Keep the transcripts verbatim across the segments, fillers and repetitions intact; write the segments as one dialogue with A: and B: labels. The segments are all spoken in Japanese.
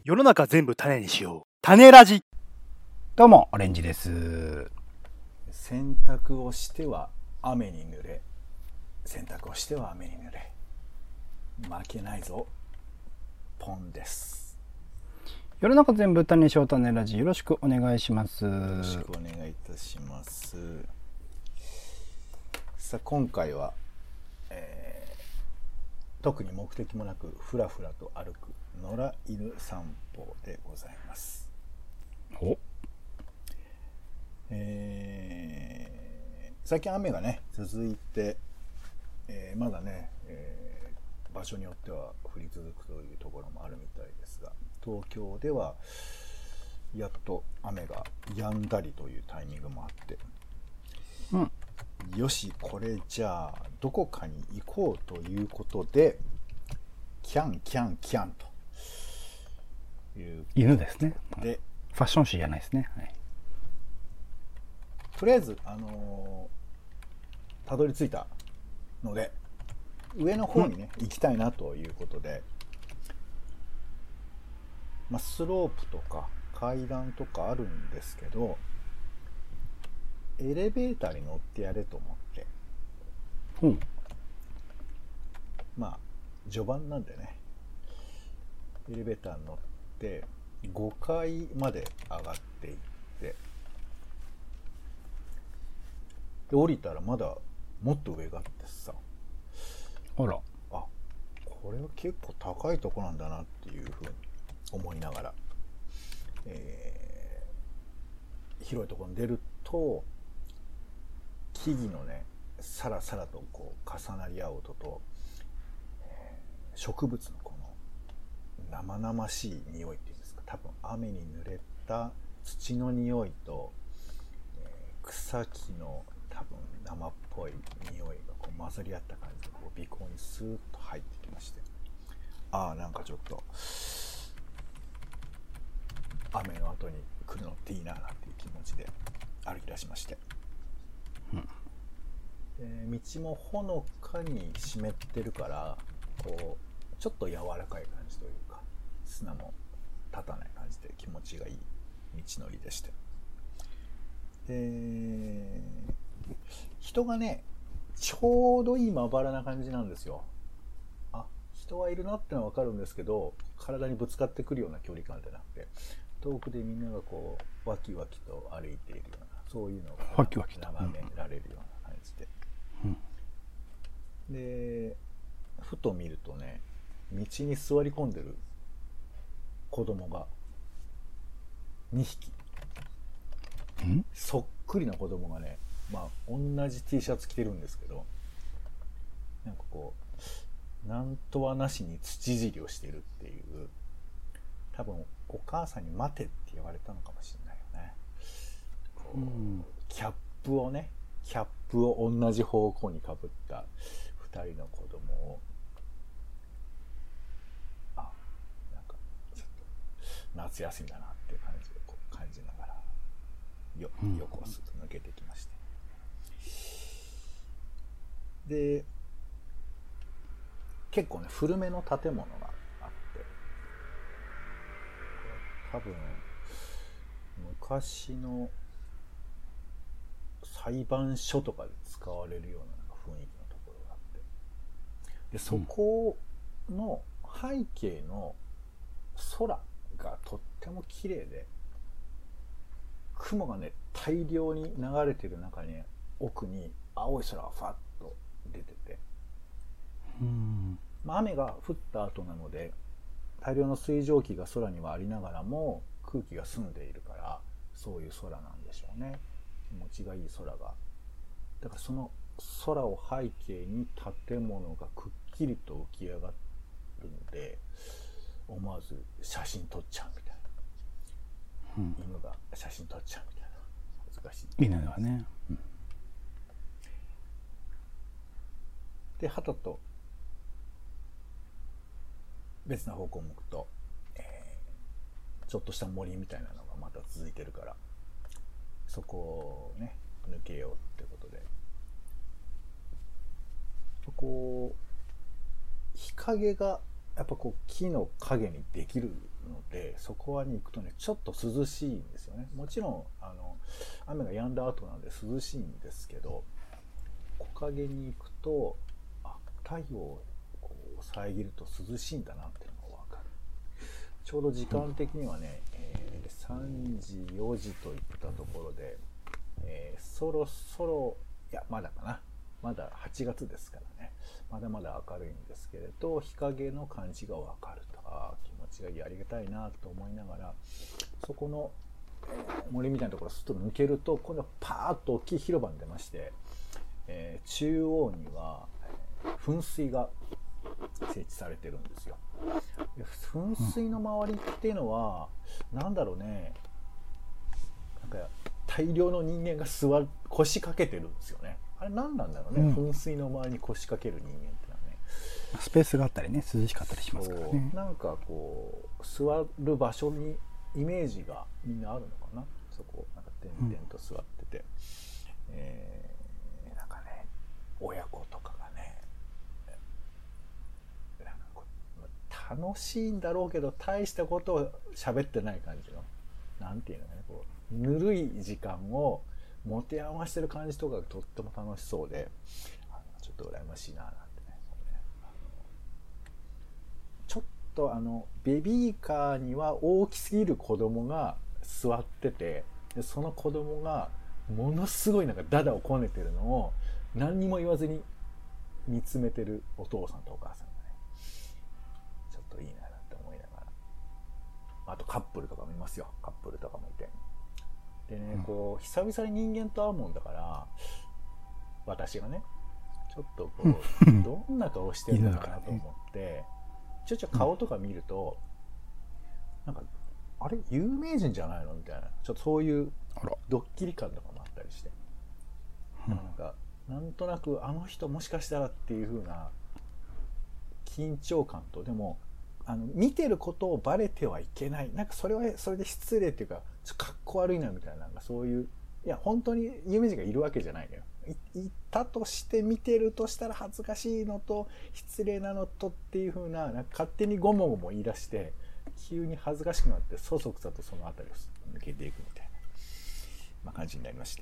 A: 世の中全部種にしよう。種ラジ。
B: どうもオレンジです。
C: 洗濯をしては雨に濡れ、洗濯をしては雨に濡れ、負けないぞポンです。
B: 世の中全部種にしよう種ラジ、よろしくお願いします。
C: よろしくお願いいたします。さあ今回は、えー、特に目的もなくふらふらと歩く野良犬散歩でございます。
B: お
C: えー、最近雨がね続いて、えー、まだね、えー、場所によっては降り続くというところもあるみたいですが、東京ではやっと雨が止んだりというタイミングもあって、
B: うん、
C: よしこれじゃあどこかに行こうということでキャンキャンキャンという
B: 犬ですね。
C: で
B: ファッション誌じゃないですね。はい、
C: とりあえずあのー、たどり着いたので上の方にね、うん、行きたいなということで、まあ、スロープとか階段とかあるんですけど、エレベーターに乗ってやれと思って、
B: うん、
C: まあ序盤なんでね、エレベーターに乗ってごかいまで上がっていって、で降りたらまだもっと上があってさ、
B: あら、
C: あ、これは結構高いとこなんだなっていうふうに思いながら、えー、広いところに出ると木々のねさらさらとこう重なり合う音と、えー、植物のこの生々しい匂いっていうんですか、多分雨に濡れた土の匂いと、えー、草木の多分生っぽい匂いがこう混ざり合った感じでこう鼻孔にスーッと入ってきまして、ああなんかちょっと雨の後に来るのっていいななんていう気持ちで歩き出しまして、
B: うん、
C: えー、道もほのかに湿ってるからこうちょっと柔らかい感じというか砂も立たない感じで気持ちがいい道のりでして、で人がねちょうどいいまばらな感じなんですよ。あ、人はいるなってのは分かるんですけど、体にぶつかってくるような距離感じゃなくて、遠くでみんながこうワキワキと歩いているような、そういうのが
B: ワキワキと
C: 眺められるような感じで、うん、でふと見るとね、道に座り込んでる子供がにひき、
B: ん
C: そっくりな子供がね、まあ同じ T シャツ着てるんですけど、なんかこうなんとはなしに土いじりをしてるっていう、多分お母さんに待てって言われたのかもしれないよね。こう、うん、キャップをねキャップを同じ方向にかぶったふたりの子供を、あ、なんかちょっと夏休みだなっていう感じでこう感じながらよ横をすっと抜けてきまして、うん、で結構ね古めの建物があって、多分昔の裁判所とかで使われるような雰囲気のところがあって、でそこの背景の空がとっても綺麗で、雲がね大量に流れてる中に奥に青い空がファッと出てて、
B: うん、
C: まあ、雨が降った後なので大量の水蒸気が空にはありながらも空気が澄んでいるから、そういう空なんでしょうね。気持ちがいい空が、だからその空を背景に建物がくっきりと浮き上がるんで、思わず写真撮っちゃうみたいな、うん、犬が写真撮っちゃうみたいな、難しい
B: 犬がね、うん、
C: ではたと別な方向を向くと、えー、ちょっとした森みたいなのがまた続いてるから、そこをね抜けようってことで、こう日陰がやっぱこう木の陰にできるので、そこに行くとねちょっと涼しいんですよね。もちろんあの雨が止んだ後なんで涼しいんですけど、木陰に行くとあ太陽をこう遮ると涼しいんだなっていうのが分かる。ちょうど時間的にはね、えー、さんじよじといったところで、えー、そろそろいやまだかな、まだはちがつですからね、まだまだ明るいんですけれど、日陰の感じが分かると、あ気持ちがいい、ありがたいなと思いながら、そこの、えー、森みたいなところをすっと抜けると、今度はパーッと大きい広場に出まして、えー、中央には、えー、噴水が設置されてるんですよ。で噴水の周りっていうのは、うん、なんだろうね、なんか大量の人間が座る腰掛けてるんですよね。あれ何なんだろうね、うん、噴水の周りに腰掛ける人間ってのはね、
B: スペースがあったりね、涼しかったりしますからね。
C: なんかこう座る場所にイメージがみんなあるのかな。そこなんか点々と座ってて、うん、えー、なんかね親子とかがね、なんかこう楽しいんだろうけど大したことを喋ってない感じの、なんていうのかね、こうぬるい時間を持て余してる感じとかがとっても楽しそうで、あのちょっと羨ましいななんてね。あのちょっとあのベビーカーには大きすぎる子供が座ってて、でその子供がものすごいなんかダダをこねてるのを何にも言わずに見つめてるお父さんとお母さんがね、ちょっといいななんて思いながら、あとカップルとかもいますよ。カップルとかもいて。でね、こう久々に人間と会うもんだから、私がねちょっとこうどんな顔してるのかなと思ってちょちょ顔とか見ると、なんかあれ有名人じゃないのみたいな、ちょっとそういうドッキリ感とかもあったりして、なんかなんとなくあの人もしかしたらっていう風な緊張感と、でもあの見てることをバレてはいけない、なんかそれはそれで失礼っていうかちょっとかっこ悪いなみたいな、なんかそういう、いや本当に有名人がいるわけじゃないのよ。 い, いたとして見てるとしたら恥ずかしいのと失礼なのとっていう風な、なんか勝手にゴモゴモ言い出して急に恥ずかしくなってそそくさとその辺りを抜けていくみたいな、まあ、感じになりまして、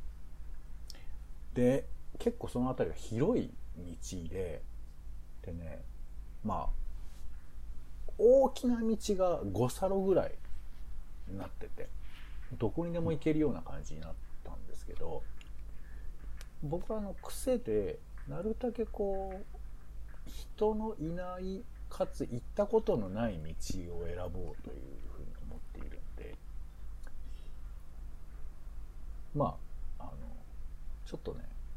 C: で結構その辺りは広い道ででね、まあ大きな道がごサロぐらいになってて、どこにでも行けるような感じになったんですけど、僕はあの癖でなるだけこう人のいないかつ行ったことのない道を選ぼうというふうに思っているんで、まああのちょっとね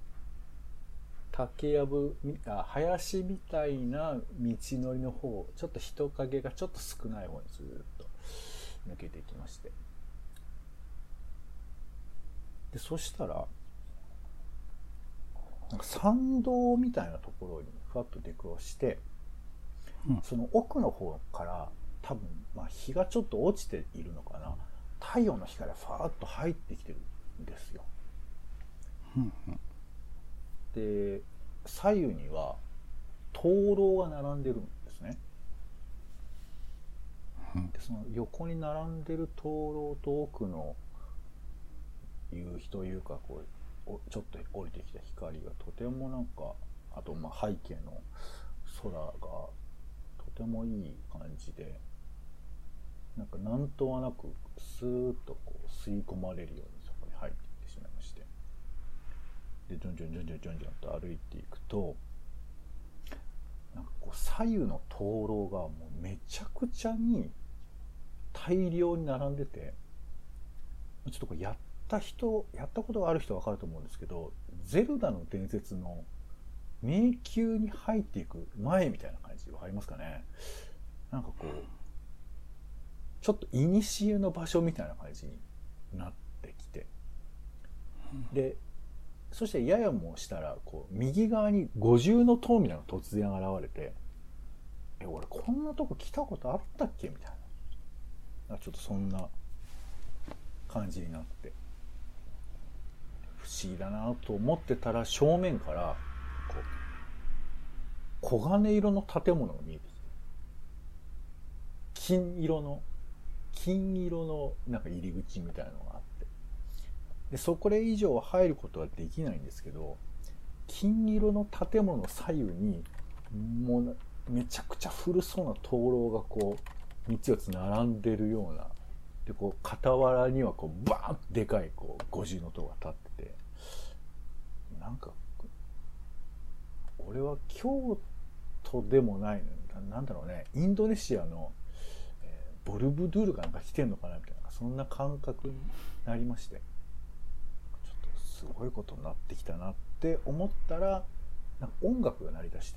C: 竹やぶあ林みたいな道のりの方、ちょっと人影がちょっと少ない方にずっと抜けていきまして、でそしたらなんか参道みたいなところにふわっと出くわして、うん、その奥の方から多分、まあ、日がちょっと落ちているのかな、太陽の光がファーッと入ってきてるんですよ。うんうんで左右には灯籠が並んでるんですね。でその横に並んでる灯籠と奥の夕日というかこうちょっと降りてきた光がとてもなんか、あとまあ背景の空がとてもいい感じで、なんかなんとはなくスーッとこう吸い込まれるようにそこに入っていってしまいまして、でジョンジョンジョンジョンジョンジョンと歩いていくと、なんかこう左右の灯籠がもうめちゃくちゃに大量に並んでて、ちょっとこれやった人やったことがある人は分かると思うんですけど、ゼルダの伝説の迷宮に入っていく前みたいな感じ分かりますかね。なんかこうちょっと古の場所みたいな感じになってきて、でそしてややもしたらこう右側に五重の塔みたいなのが突然現れて、え俺こんなとこ来たことあったっけみたいな、ちょっとそんな感じになって不思議だなと思ってたら、正面からこう黄金色の建物が見えてきて、 金色の金色のなんか入り口みたいなのがあって、でそこ以上入ることはできないんですけど、金色の建物の左右にもうめちゃくちゃ古そうな灯籠がこうみっつよっつ並んでるような、でこう傍らにはこうバーンとでかいこう五重塔が立ってて、なんか俺は京都でもないの、なんだろうね、インドネシアの、えー、ボルブドゥールかなんか来てんのかなみたいな、そんな感覚になりまして、ちょっとすごいことになってきたなって思ったら、なんか音楽が鳴り出して、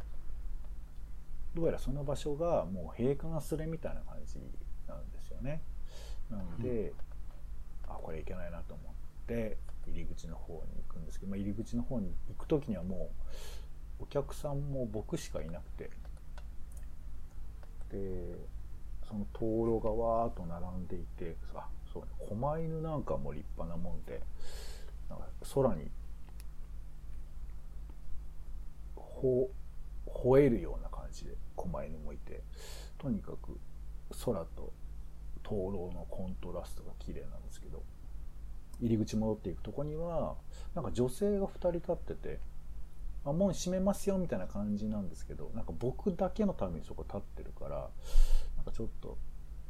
C: どうやらその場所がもう閉館するみたいな感じなんですよね。なので、うん、あこれいけないなと思って入り口の方に行くんですけど、まあ、入り口の方に行く時にはもうお客さんも僕しかいなくて、でその灯籠がわーっと並んでいて、あそうね、狛犬なんかも立派なもんで、なんか空にほ吠えるような感じで狛犬もいて、とにかく空と灯籠のコントラストが綺麗なんですけど、入り口戻っていくとこにはなんか女性がふたり立ってて、あ門閉めますよみたいな感じなんですけど、なんか僕だけのためにそこ立ってるから、なんかちょっと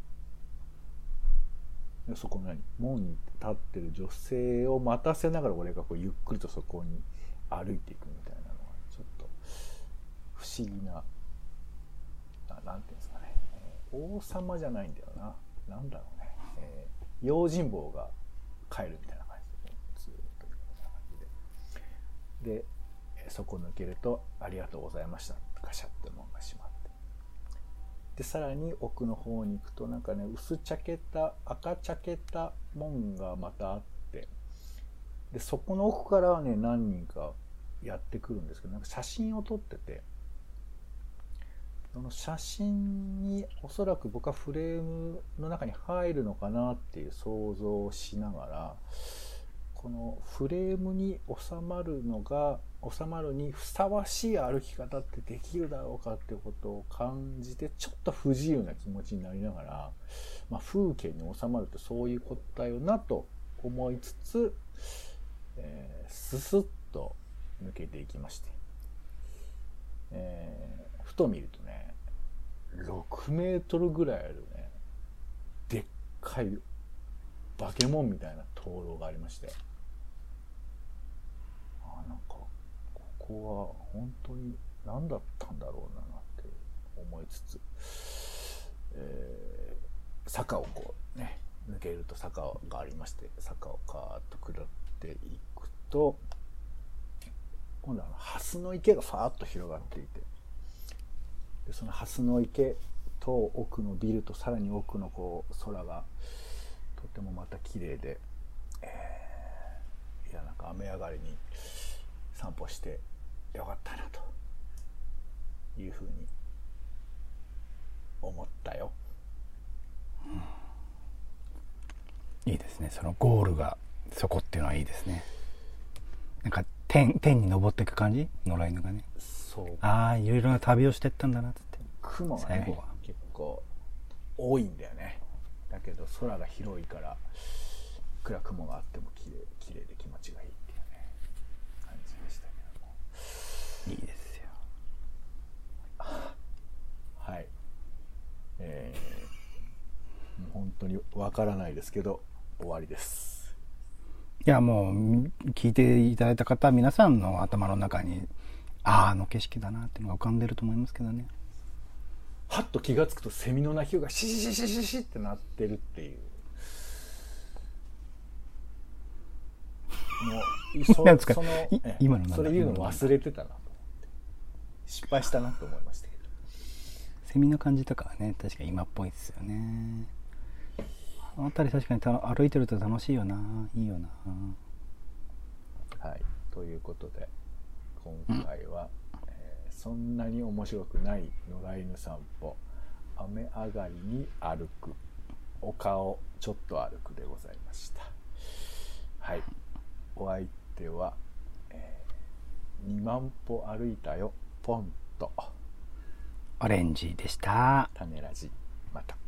C: そこ何門に立ってる女性を待たせながら俺がこうゆっくりとそこに歩いていくみたいなのはちょっと不思議な、なんていうんですかね、えー、王様じゃないんだよな、なんだろうね、えー、用心棒が帰るみたいな感じで、ずっとみたいな感じで、でそこ抜けるとありがとうございましたガシャって門が閉まって、でさらに奥の方に行くとなんかね、薄茶けた赤茶けた門がまたあって、でそこの奥からはね何人かやってくるんですけど、なんか写真を撮ってて、その写真におそらく僕はフレームの中に入るのかなっていう想像をしながら、このフレームに収まるのが収まるにふさわしい歩き方ってできるだろうかっていうことを感じて、ちょっと不自由な気持ちになりながら、まあ、風景に収まるとそういうことだよなと思いつつ、えー、ススッと抜けていきまして、えー、ふと見るとねろくメートルぐらいあるねでっかいバケモンみたいな灯籠がありまして、あなんかここは本当に何だったんだろうなって思いつつ、えー、坂をこうね抜けると坂がありまして、坂をカーッと下っていくと今度は蓮の池がファーッと広がっていて、でその蓮の池と奥のビルとさらに奥のこう空がとてもまた綺麗で、えー、いやなんか雨上がりに散歩してよかったなというふうに思ったよ、
B: うん、いいですね。そのゴールがそこっていうのはいいですね。なんか天天に登っていく感じ、野良犬がね。
C: そう、
B: ああいろいろな旅をしてったんだなって。
C: 雲がね結構多いんだよね。だけど空が広いからいくら雲があっても綺麗綺麗で気持ちがいいっていうね感じでしたけども、
B: いいですよ。
C: はい、えー、もう本当にわからないですけど終わりです。
B: いやもう聞いていただいた方皆さんの頭の中にあああの景色だなっていうのが浮かんでると思いますけどね。
C: はっと気がつくとセミの鳴き声がシシシシシシって鳴ってるっていう、もうそ
B: なんですか、
C: その
B: 今の
C: それ言うの忘れてたなと思って失敗したなと思いましたけど、
B: セミの感じとかはね確かに今っぽいですよね。あの辺り確かにた歩いてると楽しいよな、いいよな。
C: はいということで今回は、うんえー、そんなに面白くない野良犬散歩、雨上がりに歩く、丘をちょっと歩くでございました。はい、お相手は、えー、にまん歩歩いたよポンと
B: オレンジでした。
C: 種ラジ。 また。